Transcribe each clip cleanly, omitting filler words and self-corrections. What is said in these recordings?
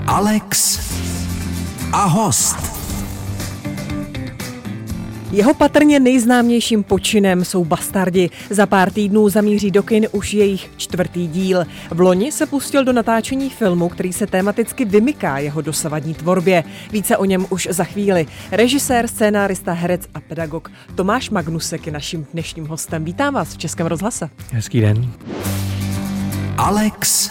Alex a host. Jeho patrně nejznámějším počinem jsou Bastardi. Za pár týdnů zamíří do kin už jejich 4. díl. Vloni se pustil do natáčení filmu, který se tematicky vymyká jeho dosavadní tvorbě. Více o něm už za chvíli. Režisér, scénárista, herec a pedagog Tomáš Magnusek je naším dnešním hostem. Vítám vás v Českém rozhlase. Hezký den. Alex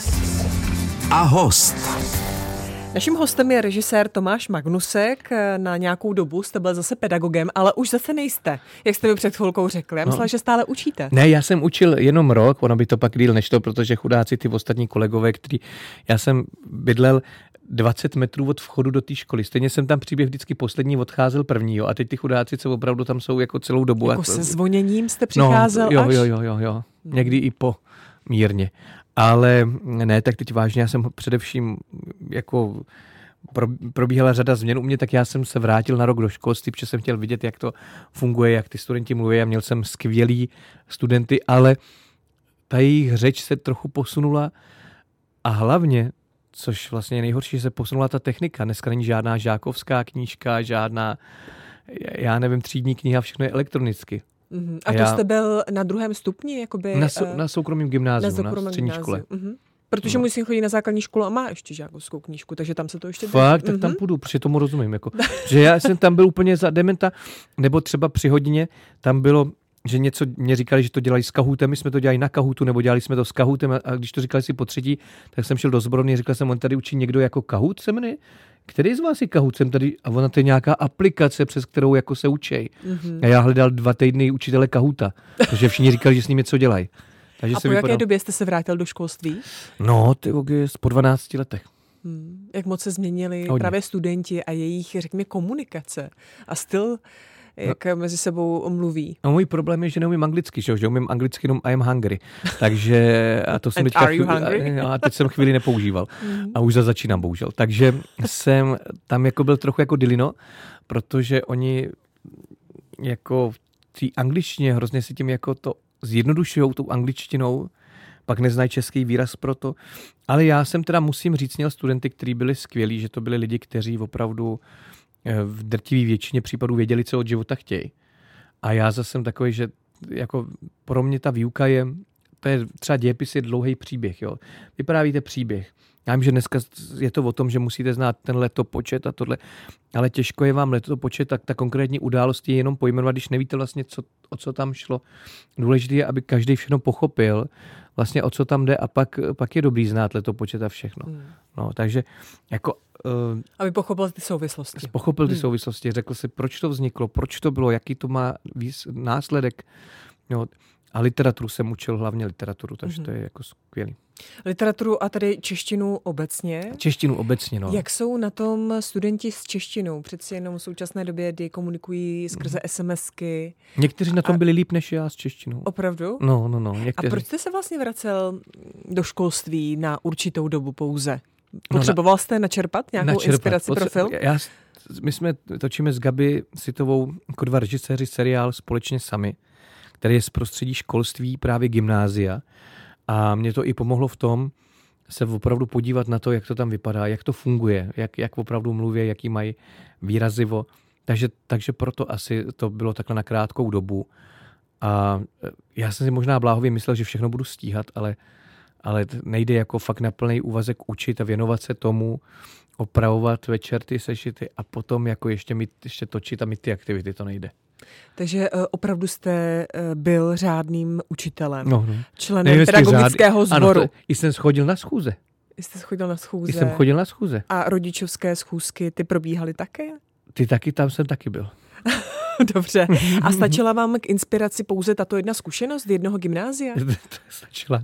a host. Naším hostem je režisér Tomáš Magnusek. Na nějakou dobu jste byl zase pedagogem, ale už zase nejste, jak jste mi před chvilkou řekli. Já myslela, že stále učíte. Ne, já jsem učil jenom rok, ono by to pak díl než to, protože chudáci ty ostatní kolegové, já jsem bydlel 20 metrů od vchodu do té školy. Stejně jsem tam příběh vždycky poslední, odcházel první, jo. A teď ty chudáci, co opravdu tam jsou jako celou dobu. Jako se zvoněním jste přicházel až? Jo. Někdy i po mírně. Ale ne, tak teď vážně, já jsem především jako probíhala řada změn u mě, tak já jsem se vrátil na rok do školství, protože jsem chtěl vidět, jak to funguje, jak ty studenti mluví a měl jsem skvělý studenty, ale ta jejich řeč se trochu posunula a hlavně, což vlastně je nejhorší, že se posunula ta technika. Dneska není žádná žákovská knížka, žádná, já nevím, třídní kniha, všechno je elektronicky. A to jste byl na 2. stupni? Jakoby, na soukromém gymnáziu, na střední škole. Protože můj syn chodí na základní školu a má ještě žákovskou knížku, takže tam se to ještě... Fakt, tak tam půjdu, protože tomu rozumím. Jako, že já jsem tam byl úplně za dementa, nebo třeba při hodině tam bylo, že něco mě říkali, že to dělají s Kahootem, my jsme to dělali na Kahootu, nebo dělali jsme to s Kahootem a když to říkali si po třetí, tak jsem šel do sborovny a říkal jsem, on tady učí někdo jako Kahoot se jmenuje? Který z vás je Kahoot? Jsem tady, a ona to je nějaká aplikace, přes kterou jako se učej. A já hledal 2 týdny učitele Kahoota, protože všichni říkali, že s ním něco dělají. Takže a po jaké době jste se vrátil do školství? No, po 12 letech. Jak moc se změnili právě studenti a jejich, řekněme, komunikace a styl, jak mezi sebou mluví? No, můj problém je, že neumím anglicky, že umím anglicky jenom I am hungry. Takže a to jsem teďka a teď jsem chvíli nepoužíval. A už začínám, bohužel. Takže jsem tam jako byl trochu jako dilino, protože oni jako v té angličtině hrozně si tím jako to zjednodušujou tou angličtinou, pak neznají český výraz pro to. Ale já jsem teda, musím říct, měl studenty, kteří byli skvělí, že to byli lidi, kteří opravdu v drtivé většině případů věděli, co od života chtějí. A já zase jsem takový, že jako pro mě ta výuka to je třeba dějepis je dlouhý příběh. Jo. Vyprávíte příběh. Já vím, že dneska je to o tom, že musíte znát ten letopočet a tohle, ale těžko je vám letopočet, tak ta konkrétní událost je jenom pojmenovat, když nevíte vlastně, o co tam šlo. Důležité je, aby každý všechno pochopil, vlastně o co tam jde a pak je dobrý znát letopočet a všechno. No, takže jako... aby pochopil ty souvislosti. Pochopil ty souvislosti, řekl si, proč to vzniklo, proč to bylo, jaký to má následek. No, a literaturu jsem učil, hlavně literaturu, takže to je jako skvělý. Literaturu a tady češtinu obecně? Češtinu obecně, no. Jak jsou na tom studenti s češtinou? Přeci jenom v současné době, kdy komunikují skrze SMSky. Někteří na tom byli líp než já s češtinou. Opravdu? No, někteří. A proč jste se vlastně vracel do školství na určitou dobu pouze? Potřeboval jste načerpat nějakou inspiraci pro film? My točíme s Gabi Sitovou jako 2 režiséři seriál Společně sami, který je z prostředí školství, právě gymnázia. A mě to i pomohlo v tom se opravdu podívat na to, jak to tam vypadá, jak to funguje, jak opravdu mluví, jaký mají výrazivo. Takže proto asi to bylo takhle na krátkou dobu. A já jsem si možná bláhově myslel, že všechno budu stíhat, ale nejde jako fakt na plný úvazek učit a věnovat se tomu, opravovat večer ty sešity a potom jako ještě točit a mít ty aktivity, to nejde. Takže opravdu jste byl řádným učitelem, členem pedagogického sboru. Ano, jsem chodil na schůze. Jste chodil na schůze? Jsem chodil na schůze. A rodičovské schůzky, ty probíhaly také? Tam jsem taky byl. Dobře. A stačila vám k inspiraci pouze tato jedna zkušenost jednoho gymnázia? Stačila.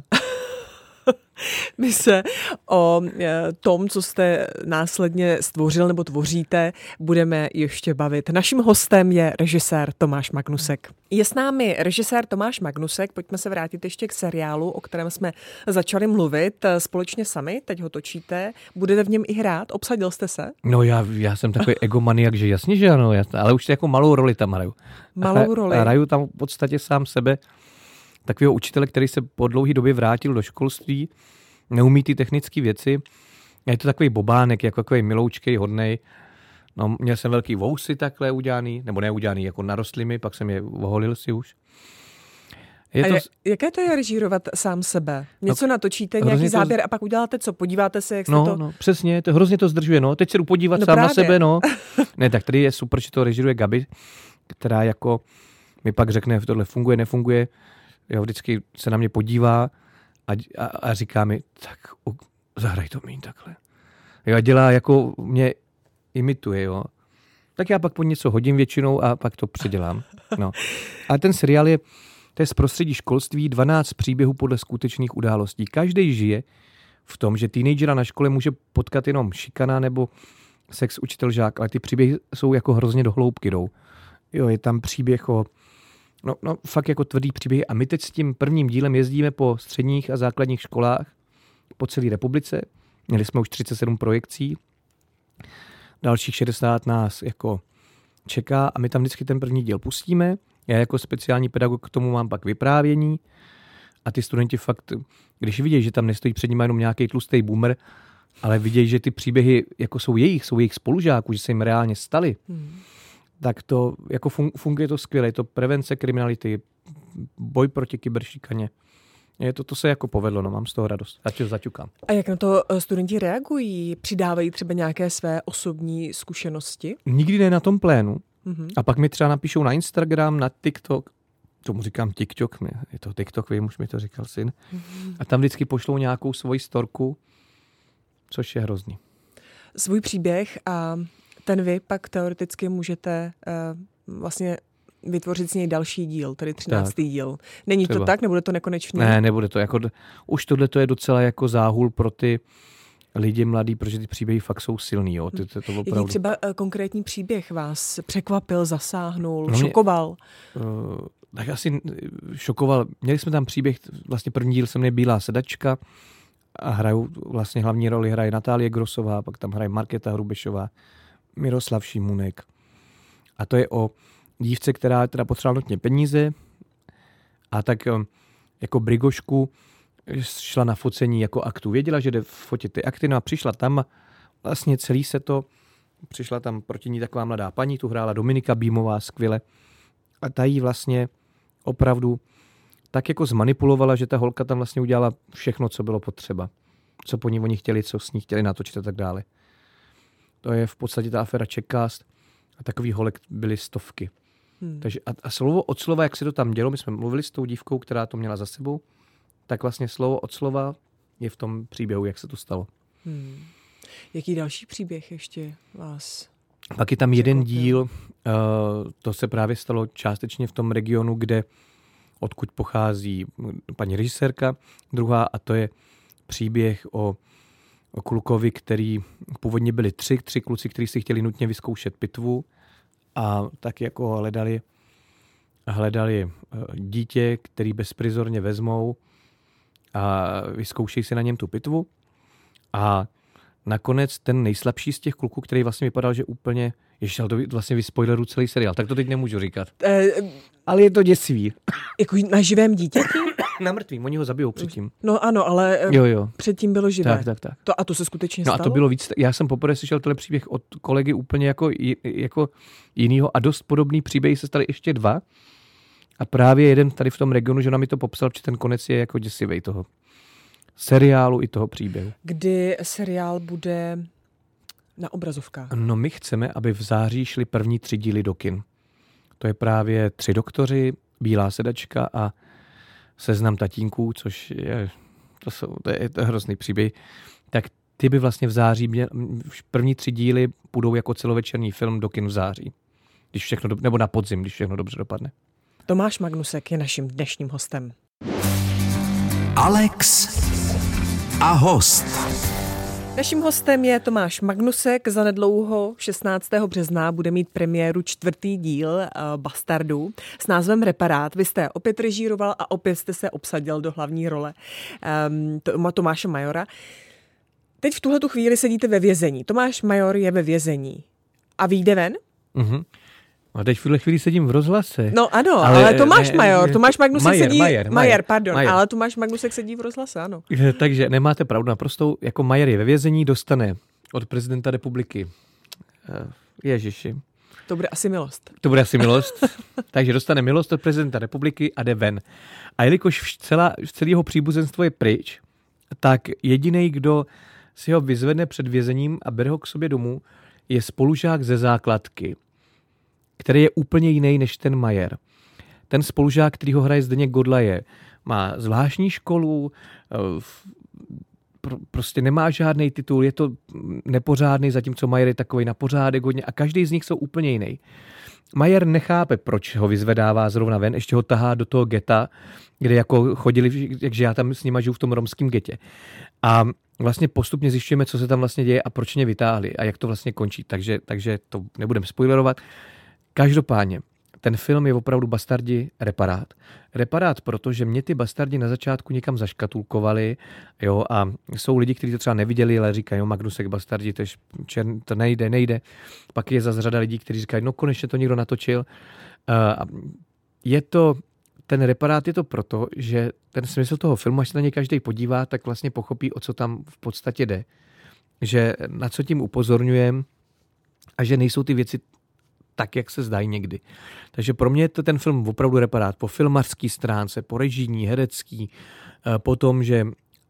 My se o tom, co jste následně stvořil nebo tvoříte, budeme ještě bavit. Naším hostem je režisér Tomáš Magnusek. Je s námi režisér Tomáš Magnusek, pojďme se vrátit ještě k seriálu, o kterém jsme začali mluvit. Společně sami, teď ho točíte, budete v něm i hrát, obsadil jste se? No já jsem takový egomaniak, že jasně, že ano, ale už jako malou roli tam hraju. Malou roli? Hraju tam v podstatě sám sebe, takového učitele, který se po dlouhé době vrátil do školství, neumí ty technické věci Je to takový bobánek, jako takový miloučkej, hodnej. No, měl jsem velký vousy takhle udělaný, nebo neudělaný, jako narostly mi, pak jsem je oholil si už. Jaké to je režírovat sám sebe? Něco natočíte, nějaký záběr a pak uděláte co? Podíváte se, jak se to... No, přesně, hrozně to zdržuje, no. Teď se jdu podívat sám právě na sebe, no. Ne, tak tady je super, že to režíruje Gabi, která jako mi pak řekne, že tohle funguje, nefunguje. Jo, vždycky se na mě podívá a říká mi, tak zahraj to míň takhle. Jo, a dělá jako mě imituje, jo. Tak já pak po něco hodím většinou a pak to předělám. No. Ale ten seriál to je z prostředí školství, 12 příběhů podle skutečných událostí. Každý žije v tom, že teenagera na škole může potkat jenom šikana nebo sex učitel žák, ale ty příběhy jsou jako hrozně do hloubky jdou. Jo, je tam příběh o fakt jako tvrdý příběhy a my teď s tím prvním dílem jezdíme po středních a základních školách po celé republice. Měli jsme už 37 projekcí. Dalších 60 nás jako čeká a my tam vždycky ten první díl pustíme. Já jako speciální pedagog k tomu mám pak vyprávění a ty studenti fakt, když vidějí, že tam nestojí před nimi jenom nějaký tlustý boomer, ale vidějí, že ty příběhy jako jsou jejich spolužáků, že se jim reálně staly, tak to jako funguje to skvěle. Je to prevence kriminality, boj proti kyberšikaně. To se jako povedlo, no, mám z toho radost. Zaťukám. A jak na to studenti reagují? Přidávají třeba nějaké své osobní zkušenosti? Nikdy ne na tom plénu. A pak mi třeba napíšou na Instagram, na TikTok, tomu říkám TikTok, je to TikTok, vím, už mi to říkal syn. A tam vždycky pošlou nějakou svoji storku, což je hrozný. Svůj příběh a ten vy pak teoreticky můžete vlastně vytvořit z něj další díl, tedy 13. díl. Není třeba to tak? Nebude to nekonečný? Ne, nebude to. Už tohle je docela jako záhul pro ty lidi mladí, protože ty příběhy fakt jsou silný. Jo. To opravdu... Jaký třeba konkrétní příběh vás překvapil, zasáhnul, šokoval? Tak asi šokoval. Měli jsme tam příběh, vlastně první díl se jmenuje Bílá sedačka a hrajou vlastně hlavní roli hraje Natálie Grossová, pak tam hraje Markéta Hrubešová, Miroslav Šimunek. A to je o dívce, která teda potřebovala nutně peníze a tak jako brigošku šla na focení jako aktu. Věděla, že jde fotit ty akty, no a přišla tam a vlastně celý se to, přišla tam proti ní taková mladá paní, tu hrála Dominika Bímová skvěle a ta jí vlastně opravdu tak jako zmanipulovala, že ta holka tam vlastně udělala všechno, co bylo potřeba. Co po ní oni chtěli, co s ní chtěli natočit a tak dále. To je v podstatě ta aféra Checkcast a takový holek byly stovky. Takže a slovo od slova, jak se to tam dělo, my jsme mluvili s tou dívkou, která to měla za sebou, tak vlastně slovo od slova je v tom příběhu, jak se to stalo. Jaký další příběh ještě vás? Pak je tam jeden díl, to se právě stalo částečně v tom regionu, odkud pochází paní režisérka, druhá, a to je příběh o klukovi, který původně byli tři kluci, kteří si chtěli nutně vyzkoušet pitvu a tak jako hledali dítě, který bezprizorně vezmou a vyzkoušejí si na něm tu pitvu. A nakonec ten nejslabší z těch kluků, který vlastně vypadal, že úplně, ještě to vlastně vyspoileru celý seriál, tak to teď nemůžu říkat. Ale je to děsivý. Jako na živém dítěti? Na mrtvým, oni ho zabijou předtím. No ano, ale jo. předtím bylo živé. Tak. To se skutečně stalo? No a to bylo víc, já jsem poprvé slyšel tenhle příběh od kolegy úplně jako jinýho a dost podobný příběhy se staly ještě dva. A právě jeden tady v tom regionu, že nám mi to popsal, že ten konec je jako děsivý toho seriálu i toho příběhu. Kdy seriál bude na obrazovkách? No my chceme, aby v září šly první 3 díly do kin. To je právě 3 doktoři, Bílá sedačka a Seznam tatínků, což je hrozný příběh. Tak ty by vlastně v září první 3 díly půjdou jako celovečerní film do kin v září. Když všechno nebo na podzim, když všechno dobře dopadne. Tomáš Magnusek je naším dnešním hostem. Alex a host. Naším hostem je Tomáš Magnusek. Zanedlouho 16. března bude mít premiéru 4. díl Bastardů s názvem Reparát. Vy jste opět režíroval a opět jste se obsadil do hlavní role Tomáše Majora. Teď v tuhletu chvíli sedíte ve vězení. Tomáš Major je ve vězení. A vyjde ven? A teď v tuhle chvíli sedím v rozhlase. No ano, ale Tomáš Magnusek sedí... Majer, ale Tomáš Magnusek sedí v rozhlase, ano. Takže nemáte pravdu, naprosto, jako Majer je ve vězení, dostane od prezidenta republiky. Ježiši. To bude asi milost. Takže dostane milost od prezidenta republiky a jde ven. A jelikož celé jeho příbuzenstvo je pryč, tak jediný, kdo si ho vyzvedne před vězením a bere ho k sobě domů, je spolužák ze základky, který je úplně jiný než ten Majer. Ten spolužák, který ho hraje Zdeněk Godla, má zvláštní školu, prostě nemá žádný titul, je to nepořádný, zatímco Majer je takový na pořádek hodně a každý z nich jsou úplně jiný. Majer nechápe, proč ho vyzvedává zrovna ven, ještě ho tahá do toho geta, kde jako chodili, takže já tam s nima žiju v tom romském getě. A vlastně postupně zjišťujeme, co se tam vlastně děje a proč mě vytáhli a jak to vlastně končí, takže to nebudem spoilerovat. Každopádně, ten film je opravdu Bastardi reparát. Reparát, protože mě ty Bastardi na začátku někam zaškatulkovali, jo, a jsou lidi, kteří to třeba neviděli, ale říkají, jo, Magnusek, Bastardi, to nejde. Pak je zase řada lidí, kteří říkají, no konečně to někdo natočil. Ten reparát je to proto, že ten smysl toho filmu, až se na něj každý podívá, tak vlastně pochopí, o co tam v podstatě jde. Že na co tím upozorňujeme a že nejsou ty věci tak, jak se zdají někdy. Takže pro mě je to ten film opravdu reparát. Po filmařský stránce, po režijní, herecký, po tom, že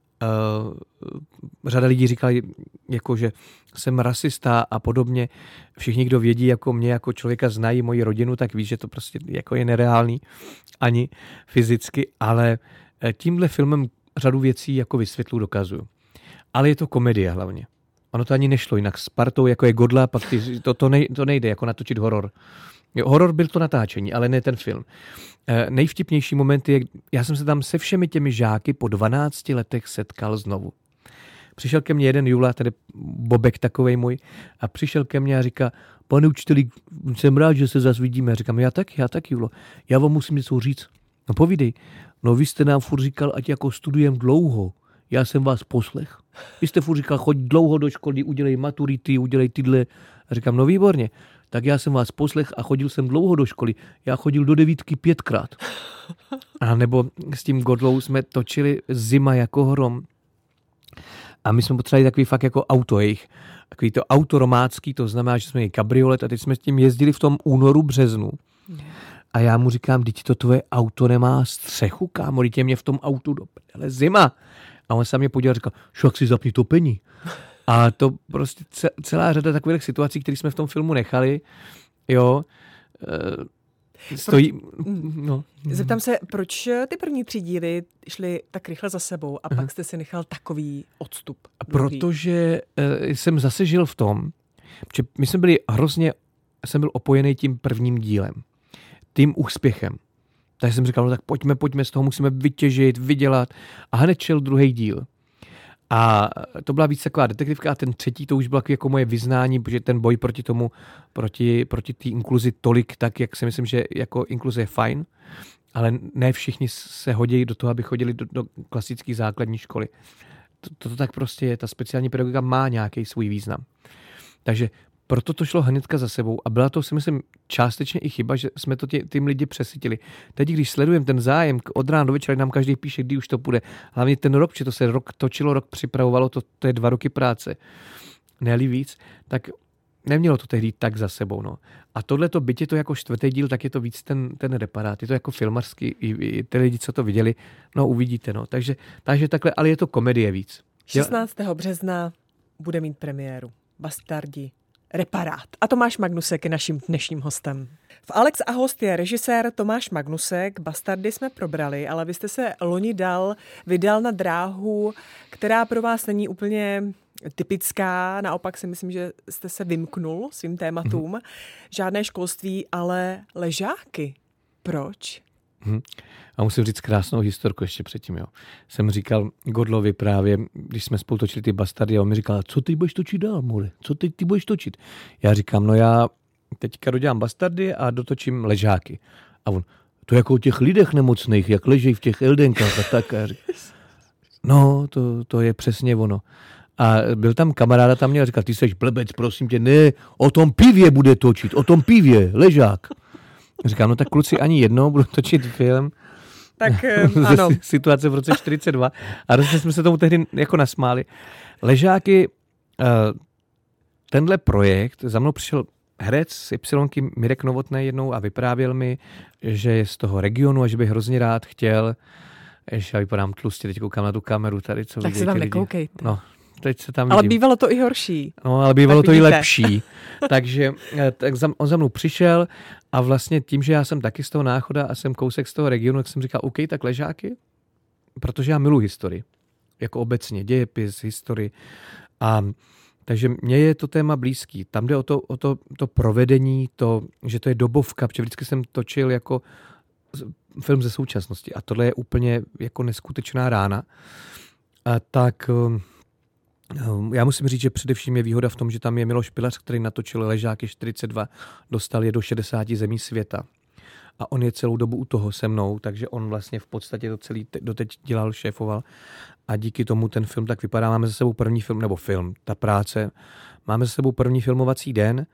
řada lidí říkali, jako, že jsem rasista a podobně. Všichni, kdo vědí, jako mě, jako člověka znají moji rodinu, tak ví, že to prostě jako je nereálný ani fyzicky, ale tímhle filmem řadu věcí jako vysvětlu, dokazuju. Ale je to komedie hlavně. Ono to ani nešlo jinak. S partou, jako je Godla, pak to nejde jako natočit horor. Horor byl to natáčení, ale ne ten film. Nejvtipnější moment je, já jsem se tam se všemi těmi žáky po 12 letech setkal znovu. Přišel ke mně jeden Jula, tedy Bobek takovej můj, a přišel ke mně a říká, pane učiteli, jsem rád, že se zase vidíme. Já říkám, já taky, Julo. Já vám musím něco říct. No povídej. No vy jste nám furt říkal, ať jako studujem dlouho. Já jsem vás poslech. Vy jste furt říkal, choď dlouho do školy, udělej maturity, udělej tyhle. A říkám, no výborně. Tak já jsem vás poslech a chodil jsem dlouho do školy. Já chodil do 9 5krát. A nebo s tím Godlou jsme točili Zima jako hrom. A my jsme potřebovali takový fakt jako auto jejich. Takový to auto romácký, to znamená, že jsme měli kabriolet a teď jsme s tím jezdili v tom únoru, březnu. A já mu říkám, teď to tvoje auto nemá střechu, kámo, teď je mě v tom autu do prdele zima. A on se mě podíval a říkal, šok si zapni topení. A to prostě celá řada takových situací, které jsme v tom filmu nechali, jo, stojí... No. Zeptám se, proč ty první 3 díly šly tak rychle za sebou a pak jste si nechal takový odstup? Protože jsem zase žil v tom, že my jsme byli jsem byl opojený tím prvním dílem, tím úspěchem. Takže jsem říkal, no tak pojďme, z toho musíme vytěžit, vydělat. A hned šel druhý díl. A to byla víc taková detektivka a ten třetí to už bylo jako moje vyznání, protože ten boj proti tomu, proti té inkluzi tolik, tak jak si myslím, že jako inkluze je fajn, ale ne všichni se hodí do toho, aby chodili do klasické základní školy. To tak prostě je, ta speciální pedagogika má nějaký svůj význam. Takže proto to šlo hnedka za sebou a byla to, si myslím, částečně i chyba, že jsme to tím lidi přesytili. Teď, když sledujeme ten zájem, od rána do večera nám každý píše, kdy už to půjde. Hlavně ten rok, že to se rok točilo, rok připravovalo, to je 2 roky práce, ne-li víc, tak nemělo to tehdy tak za sebou. No. A tohleto, byť je to jako 4. díl, tak je to víc ten reparát. Je to jako filmařský, i ty lidi, co to viděli, no uvidíte. No. Takže takhle, ale je to komedie víc. 16. března bude mít premiéru Bastardi reparát. A Tomáš Magnusek je naším dnešním hostem. V Alex a host je režisér Tomáš Magnusek. Bastardy jsme probrali, ale vy jste se loni vydal na dráhu, která pro vás není úplně typická. Naopak si myslím, že jste se vymknul svým tématům. Žádné školství, ale ležáky. Proč? A musím říct krásnou historku ještě předtím. Jo. Jsem říkal Godlovi právě, když jsme spolu točili ty Bastardy, a on mi říkal, co ty budeš točit dál, more? Co teď ty budeš točit? Já říkám, no já teďka dodělám Bastardy a dotočím ležáky. A on, to jako o těch lidech nemocných, jak ležejí v těch eldenkách a tak. A říkám, no, to je přesně ono. A byl tam kamaráda, tam měl říkat, ty seš blbec, prosím tě, ne, o tom pivě bude točit, o tom pivě, Ležák. Říkám, no tak kluci, ani jednou budu točit film. Tak ano. Situace v roce 42 a rozhodně jsme se tomu tehdy jako nasmáli. Ležáky, tenhle projekt, za mnou přišel herec z Ypsilonky Mirek Novotný jednou a vyprávěl mi, že je z toho regionu a že by hrozně rád chtěl, já vypadám tlustě, teď koukám na tu kameru tady, co tak se tam nekoukejte. No, teď se tam ale vidím. bývalo to i horší. No, ale bývalo to i lepší. Takže on za mnou přišel a vlastně tím, že já jsem taky z toho Náchoda a jsem kousek z toho regionu, tak jsem říkal, OK, tak Ležáky, protože já miluji historii. Jako obecně, dějepis, historii. A takže mně je to téma blízký. Tam jde o to provedení, že to je dobovka, protože vždycky jsem točil jako film ze současnosti a tohle je úplně jako neskutečná rána. A tak já musím říct, že především je výhoda v tom, že tam je Miloš Pilař, který natočil Ležáky 42, dostal je do 60 zemí světa. A on je celou dobu u toho se mnou, takže on vlastně v podstatě to celý doteď dělal, šéfoval. A díky tomu ten film tak vypadá. Máme za sebou první film, ta práce. Máme za sebou první filmovací den,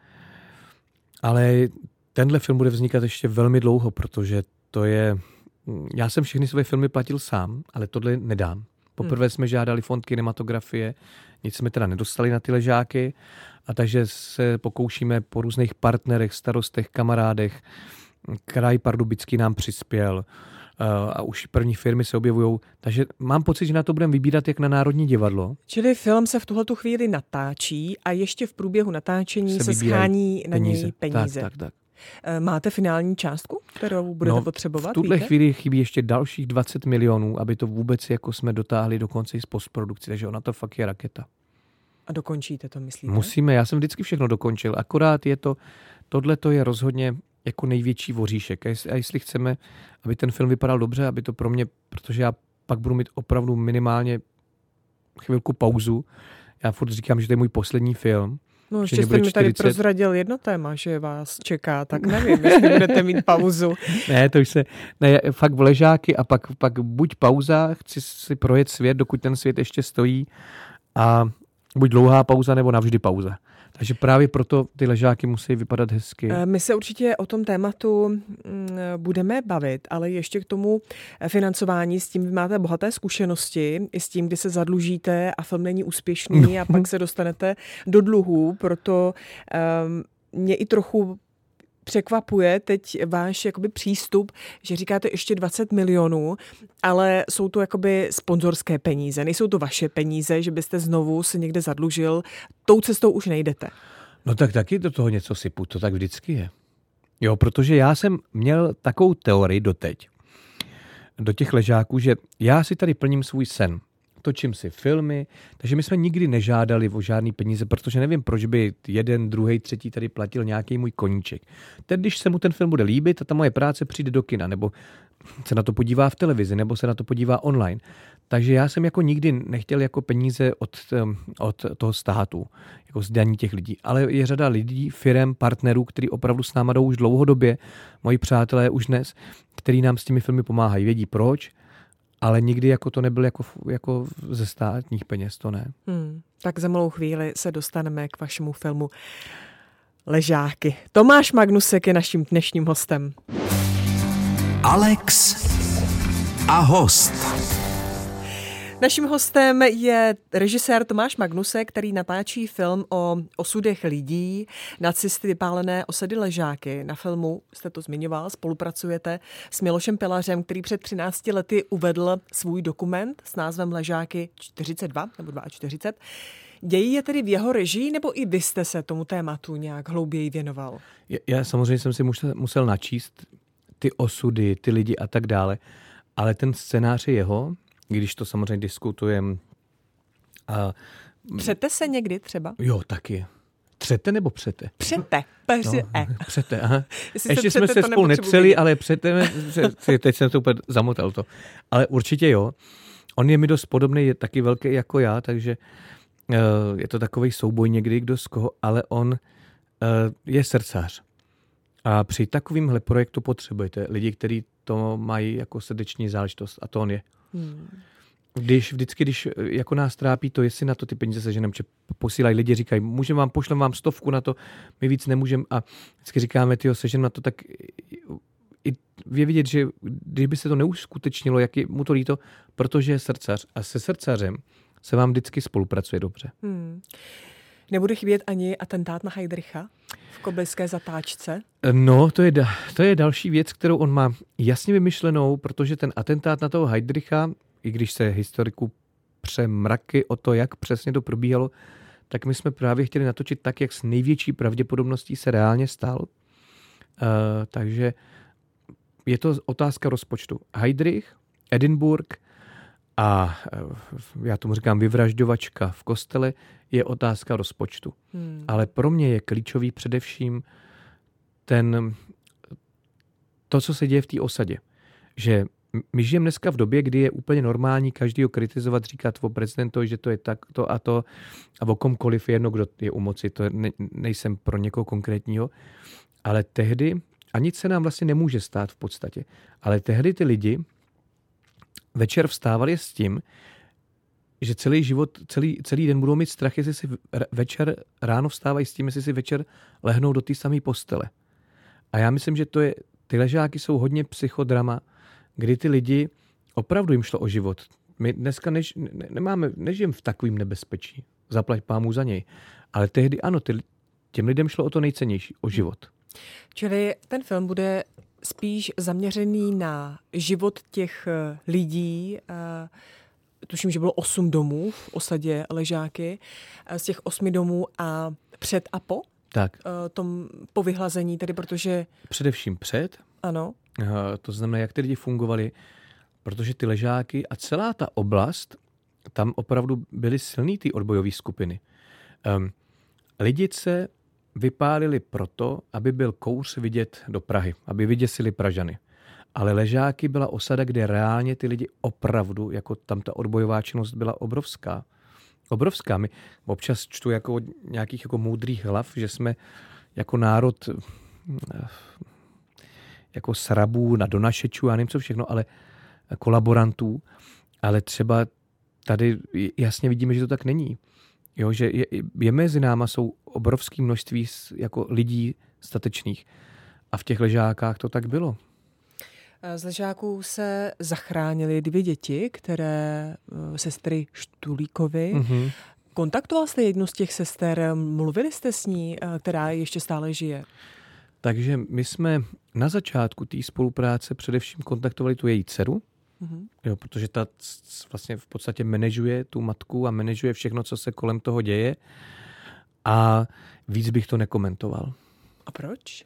ale tenhle film bude vznikat ještě velmi dlouho, protože to je... Já jsem všechny své filmy platil sám, ale tohle nedám. Poprvé jsme žádali fond kinematografie, nic jsme teda nedostali na ty Ležáky, a takže se pokoušíme po různých partnerech, starostech, kamarádech. Kraj Pardubický nám přispěl a už první firmy se objevujou, takže mám pocit, že na to budeme vybírat jak na Národní divadlo. Čili film se v tuhletu chvíli natáčí a ještě v průběhu natáčení se schání na něj peníze. Tak. Máte finální částku, kterou budete potřebovat? V tuhle chvíli chybí ještě dalších 20 milionů, aby to vůbec jako jsme dotáhli do konce i z postprodukce, takže ona to fakt je raketa. A dokončíte to, myslíte? Musíme, já jsem vždycky všechno dokončil, akorát je tohle to je rozhodně jako největší voříšek. A jestli chceme, aby ten film vypadal dobře, aby to pro mě, protože já pak budu mít opravdu minimálně chvilku pauzu. Já furt říkám, že to je můj poslední film. No, ještě jste mi tady prozradil jedno téma, že vás čeká, tak nevím, jestli budete mít pauzu. Ne, fakt v Ležáky a pak buď pauza, chci si projet svět, dokud ten svět ještě stojí, a buď dlouhá pauza, nebo navždy pauza. Takže právě proto ty Ležáky musí vypadat hezky. My se určitě o tom tématu budeme bavit, ale ještě k tomu financování, s tím vy máte bohaté zkušenosti, i s tím, kdy se zadlužíte a film není úspěšný a pak se dostanete do dluhů, proto mě i trochu překvapuje teď váš jakoby přístup, že říkáte ještě 20 milionů, ale jsou to jakoby sponzorské peníze. Nejsou to vaše peníze, že byste znovu se někde zadlužil. Tou cestou už nejdete. No tak taky do toho něco sypu, to tak vždycky je. Jo, protože já jsem měl takovou teorii doteď, do těch Ležáků, že já si tady plním svůj sen. Točím si filmy, takže my jsme nikdy nežádali o žádný peníze, protože nevím, proč by jeden, druhý, třetí tady platil nějaký můj koníček. Teď, když se mu ten film bude líbit a ta moje práce přijde do kina, nebo se na to podívá v televizi, nebo se na to podívá online. Takže já jsem jako nikdy nechtěl jako peníze od toho státu, jako z daní těch lidí. Ale je řada lidí, firem, partnerů, kteří opravdu s náma jdou už dlouhodobě, moji přátelé už dnes, kteří nám s těmi filmy pomáhají. Vědí proč, ale nikdy jako to nebylo jako ze státních peněz, to ne. Tak za malou chvíli se dostaneme k vašemu filmu Ležáky. Tomáš Magnusek je naším dnešním hostem. Alex a host. Naším hostem je režisér Tomáš Magnusek, který natáčí film o osudech lidí, nacisty vypálené osady Ležáky. Na filmu, jste to zmiňoval, spolupracujete s Milošem Pilařem, který před 13 lety uvedl svůj dokument s názvem Ležáky 42 nebo 42. Dějí je tedy v jeho režii, nebo i vy jste se tomu tématu nějak hlouběji věnoval? Já samozřejmě jsem si musel načíst ty osudy, ty lidi a tak dále, ale ten scénář je jeho, když to samozřejmě diskutujeme. Přete se někdy třeba? Jo, taky. Třete nebo přete? Přete. Přete, aha. Ještě jsme se spolu netřeli, ale přete, teď jsem to úplně zamotal to. Ale určitě jo. On je mi dost podobný, je taky velký jako já, takže je to takovej souboj někdy, kdo z koho, ale on je srdcař. A při takovýmhle projektu potřebujete lidi, kteří to mají jako srdeční záležitost, a to on je. Vždycky, když jako nás trápí to, jestli na to ty peníze seženeme, že posílají lidi, říkají, pošlem vám 100 na to, my víc nemůžeme a vždycky říkáme, seženeme na to, tak i je vidět, že kdyby se to neuskutečnilo, jak je mu to líto, protože je srdcař a se srdcařem se vám vždycky spolupracuje dobře. Nebude chybět ani atentát na Heydricha v kobylské zatáčce? No, to je další věc, kterou on má jasně vymyšlenou, protože ten atentát na toho Heydricha, i když se historiku přemraky o to, jak přesně to probíhalo, tak my jsme právě chtěli natočit tak, jak s největší pravděpodobností se reálně stal. Takže je to otázka rozpočtu. Heydrich, Edinburgh a já tomu říkám vyvražďovačka v kostele je otázka rozpočtu. Ale pro mě je klíčový především to, co se děje v té osadě. Že my žijeme dneska v době, kdy je úplně normální každýho kritizovat, říkat o prezidentovi, že to je tak, to a to a o komkoliv je jedno, kdo je u moci. To nejsem pro někoho konkrétního. Ale tehdy, a nic se nám vlastně nemůže stát v podstatě, ale tehdy ty lidi večer vstávali s tím, že celý život, celý den budou mít strach, jestli si ráno vstávají s tím, jestli si večer lehnou do té samé postele. A já myslím, že ty ležáky jsou hodně psychodrama, kdy ty lidi opravdu jim šlo o život. My dneska nežijeme v takovým nebezpečí. Zaplať pámu za něj. Ale tehdy ano, těm lidem šlo o to nejcennější, o život. Čili ten film bude spíš zaměřený na život těch lidí. Tuším, že bylo 8 domů v osadě Ležáky. Z těch 8 domů a před a po? Tak. Po vyhlazení, tedy protože... Především před. Ano. To znamená, jak ty lidi fungovali, protože ty Ležáky a celá ta oblast, tam opravdu byly silný ty odbojové skupiny. Lidice vypálili proto, aby byl kouř vidět do Prahy, aby vyděsili Pražany. Ale Ležáky byla osada, kde reálně ty lidi opravdu, jako tam ta odbojová činnost byla obrovská. Obrovská. My občas čtu jako nějakých jako moudrých hlav, že jsme jako národ jako srabů, na donašečů, já nevím co všechno, ale kolaborantů, ale třeba tady jasně vidíme, že to tak není. Jo, že je mezi náma jsou obrovské množství jako lidí statečných. A v těch Ležákách to tak bylo. Z Ležáků se zachránily 2 děti, které sestry Štulíkovy. Mm-hmm. Kontaktoval jste jednu z těch sester, mluvili jste s ní, která ještě stále žije? Takže my jsme na začátku té spolupráce především kontaktovali tu její dceru, jo, protože ta vlastně v podstatě manažuje tu matku a manažuje všechno, co se kolem toho děje a víc bych to nekomentoval. A proč?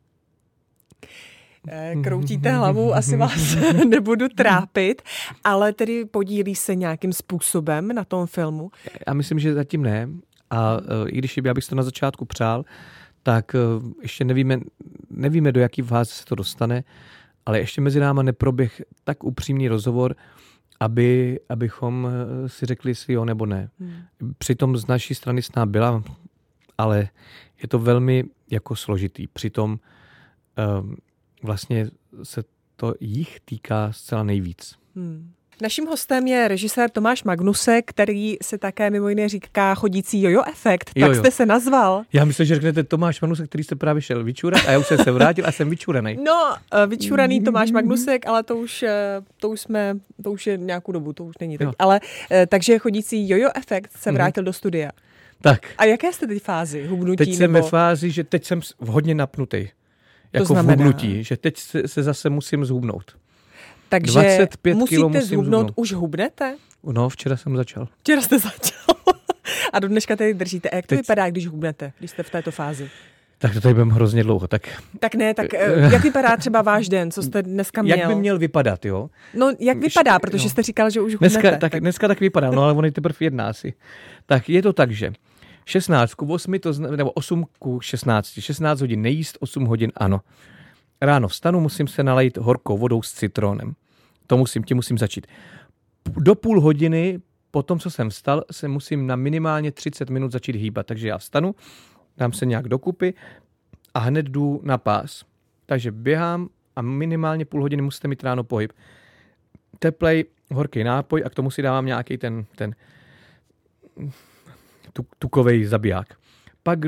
Kroutíte hlavu, asi vás nebudu trápit, ale tedy podílí se nějakým způsobem na tom filmu? Já myslím, že zatím ne. A i když já bych to na začátku přál, tak ještě nevíme, do jaký fáze se to dostane, ale ještě mezi náma neproběh tak upřímný rozhovor, abychom si řekli si jo nebo ne. Přitom z naší strany s námi byla, ale je to velmi jako složitý. Přitom vlastně se to jich týká zcela nejvíc. Naším hostem je režisér Tomáš Magnusek, který se také mimo jiné říká chodící jojo efekt. Tak jste se nazval. Já myslím, že řeknete Tomáš Magnusek, který jste právě šel vyčurat a já už jsem se vrátil a jsem vyčuraný. No, vyčuraný Tomáš Magnusek, ale to už je nějakou dobu, to už není tak. Ale takže chodící jojo efekt se vrátil do studia. Tak. A jaké jste teď fázi? Hubnutí? Teď jsem ve fázi, že teď jsem hodně napnutý. Jako v hubnutí, že teď se zase musím zhubnout. Takže musíte zhubnout, už hubnete? No, včera jsem začal. Včera jste začal. A do dneška tady držíte. A jak to vypadá, když hubnete, když jste v této fázi? Tak to tady budeme hrozně dlouho. Tak jak vypadá třeba váš den, co jste dneska měl? Jak by měl vypadat, jo? No, jak vypadá, protože jste říkal, že už hubnete. Dneska tak vypadá, no ale on je teprve jedná si. Tak je to tak, že 16 k 8, nebo 8 k 16. 16 hodin nejíst, 8 hodin ano. Ráno vstanu, musím se nalejt horkou vodou s citronem. Tím musím začít. Do půl hodiny, po tom, co jsem vstal, se musím na minimálně 30 minut začít hýbat. Takže já vstanu, dám se nějak dokupy a hned jdu na pás. Takže běhám a minimálně půl hodiny musíte mít ráno pohyb. Teplej, horký nápoj a k tomu si dávám nějaký ten tukovej zabiják. Pak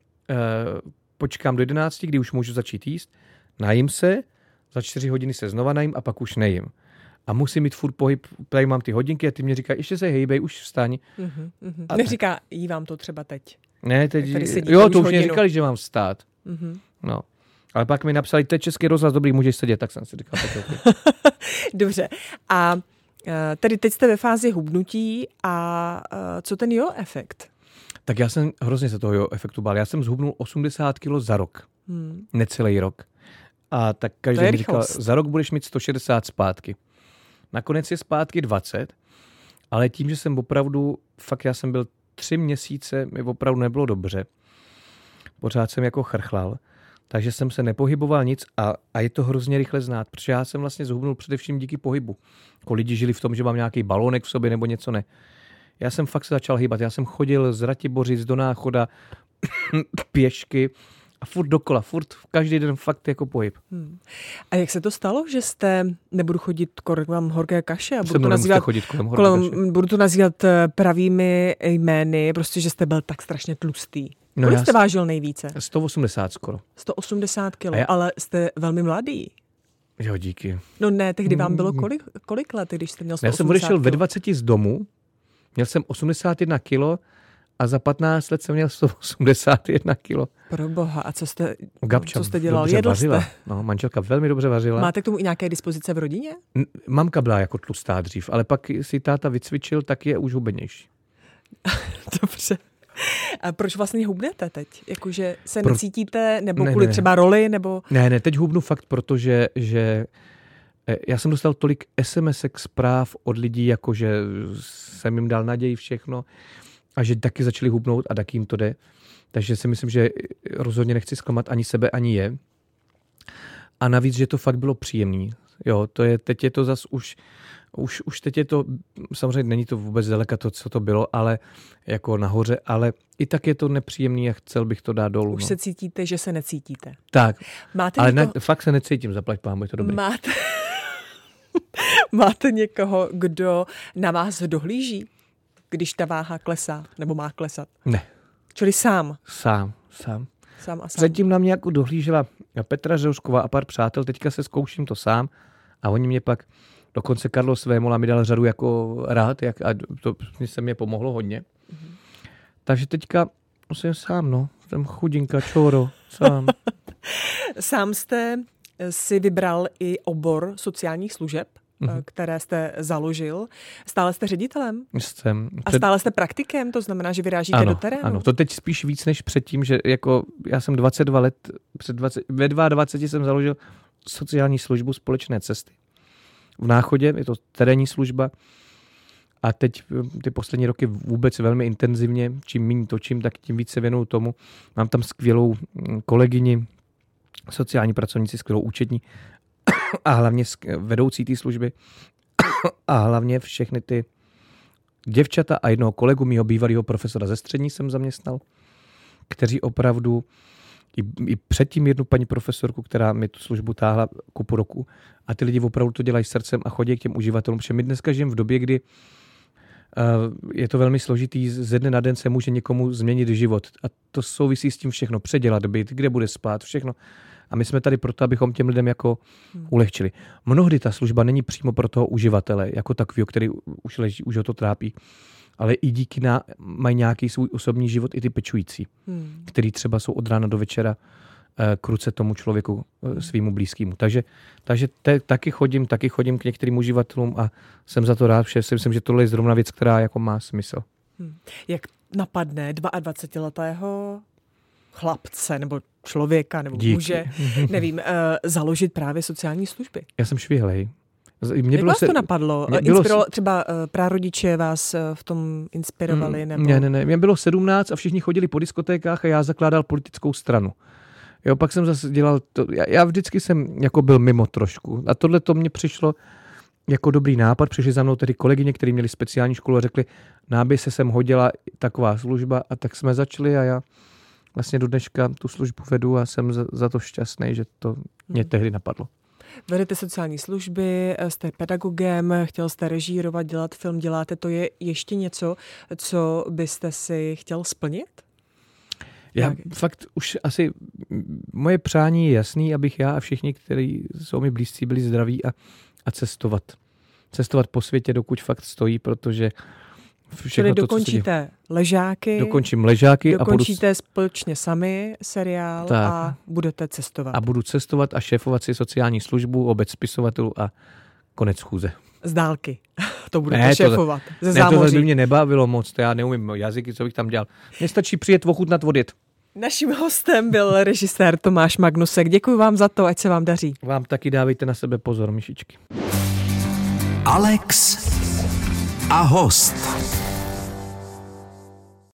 počkám do 11, kdy už můžu začít jíst, najím se, za 4 hodiny se znova najím a pak už nejím. A musím mít furt pohyb, tady mám ty hodinky a ty mě říkají, ještě se hejbej, už vstaň. A neříká, jí vám to třeba teď. Ne, teď, jo, to už mě říkali, že mám vstát. No. Ale pak mi napsali, to je Český rozhlas, dobrý, můžeš sedět, tak jsem si říkal, tak okay. Dobře. A tedy teď jste ve fázi hubnutí a co ten jo efekt? Tak já jsem hrozně se toho jo efektu bál. Já jsem zhubnul 80 kg za rok. Necelý rok. A tak každý mi říkal, za rok budeš mít 160 zpátky. Nakonec je zpátky 20, ale tím, že jsem opravdu, fakt já jsem byl 3 měsíce, mi opravdu nebylo dobře. Pořád jsem jako chrchlal, takže jsem se nepohyboval nic a je to hrozně rychle znát, protože já jsem vlastně zhubnul především díky pohybu. Jako lidi žili v tom, že mám nějaký balónek v sobě nebo něco ne. Já jsem fakt se začal hýbat. Já jsem chodil z Ratibořic do Náchoda pěšky a furt dokola, furt každý den fakt jako pohyb. A jak se to stalo, že jste, nebudu chodit kolem horké kaše a budu to nazývat pravými jmény, prostě, že jste byl tak strašně tlustý. No kolik jste vážil nejvíce? 180 skoro. 180 kilo, ale jste velmi mladý. Jo, díky. No ne, tehdy vám bylo kolik let, když jste měl 180 Já jsem odešel ve 20 z domu, měl jsem 81 kilo a za 15 let jsem měl 181 kilo. Proboha, a co jste dělal? Jedl vařila. Jste? No, manželka velmi dobře vařila. Máte k tomu i nějaké dispozice v rodině? Mamka byla jako tlustá dřív, ale pak si táta vycvičil, tak je už hubenější. Dobře. A proč vlastně hubnete teď? Jakože se necítíte, nebo kvůli třeba roli, nebo... Ne, teď hubnu fakt, protože já jsem dostal tolik SMS-ek zpráv od lidí, jakože jsem jim dal naději všechno a že taky začali hubnout a taky jim to jde. Takže si myslím, že rozhodně nechci zklamat ani sebe, ani je. A navíc, že to fakt bylo příjemný. Jo, teď je to zas už teď je to, samozřejmě není to vůbec daleka to, co to bylo, ale jako nahoře, ale i tak je to nepříjemný a chcel bych to dát dolů. Už se cítíte, že se necítíte. Tak, ale fakt se necítím, zaplať pámu, je to dobrý. Máte někoho, kdo na vás dohlíží, když ta váha klesá, nebo má klesat? Ne. Čili sám? Sám. Sám. Předtím na mě jako dohlížela Petra Řeusková a pár přátel, teďka se zkouším to sám a oni mě pak, dokonce Carlos Vémola mi dal řadu jako rád a to se mě pomohlo hodně. Takže teďka jsem sám, jsem chudinka, čoro, sám. Sám jste si vybral i obor sociálních služeb, které jste založil. Stále jste ředitelem? Jsem. A stále jste praktikem? To znamená, že vyrážíte do terénu? Ano, to teď spíš víc než předtím, že jako já jsem 22 let, ve 22 jsem založil sociální službu Společné cesty. V Náchodě, je to terénní služba a teď ty poslední roky vůbec velmi intenzivně, čím méně točím, tak tím víc se věnuju tomu. Mám tam skvělou kolegyni, sociální pracovníci, skvělou účetní a hlavně vedoucí té služby a hlavně všechny ty děvčata a jednoho kolegu, mýho bývalého profesora ze střední jsem zaměstnal, kteří opravdu i předtím jednu paní profesorku, která mi tu službu táhla kupu roku a ty lidi opravdu to dělají srdcem a chodí k těm uživatelům, protože my dneska žijeme v době, kdy je to velmi složitý, ze dne na den se může někomu změnit život a to souvisí s tím všechno, předělat byt, kde bude spát, všechno. A my jsme tady proto, abychom těm lidem jako ulehčili. Mnohdy ta služba není přímo pro toho uživatele, jako takového, který už leží, už ho to trápí, ale i díky mají nějaký svůj osobní život i ty pečující, který třeba jsou od rána do večera k ruce tomu člověku, svýmu blízkému. Takže taky chodím k některým uživatelům a jsem za to rád, že si myslím, že tohle je zrovna věc, která jako má smysl. Jak napadne 22letého chlapce nebo člověka nebo muže, nevím, založit právě sociální služby? Já jsem švihlej. Jak vás to napadlo? Třeba prarodiče vás v tom inspirovali? Nebo... Ne. Mě bylo 17 a všichni chodili po diskotékách a já zakládal politickou stranu. Jo, pak jsem zase dělal to. Já vždycky jsem jako byl mimo trošku. A tohle to mně přišlo jako dobrý nápad. Přišli za mnou tedy kolegyně, kteří měli speciální školu a řekli, náby se sem hodila taková služba a tak jsme začali a já vlastně do dneška tu službu vedu a jsem za to šťastný, že to mě tehdy napadlo. Vedete sociální služby, jste pedagogem, chtěl jste režírovat, dělat film, děláte. To je ještě něco, co byste si chtěl splnit? Já fakt už asi, moje přání je jasný, abych já a všichni, kteří jsou mi blízcí, byli zdraví a cestovat. Cestovat po světě, dokud fakt stojí, protože čili dokončíte Ležáky. Dokončím Ležáky. Dokončíte společně sami seriál tak. A budete cestovat. A budu cestovat a šéfovat si sociální službu, obec spisovatelů a konec schůze. Z dálky. To budete šéfovat. Ze zámoří. To by mě nebavilo moc, to já neumím jazyky, co bych tam dělal. Mně stačí přijet, ochutnat, odjet. Naším hostem byl režisér Tomáš Magnusek. Děkuji vám za to, ať se vám daří. Vám taky dávejte na sebe pozor, myšičky. Alex a host.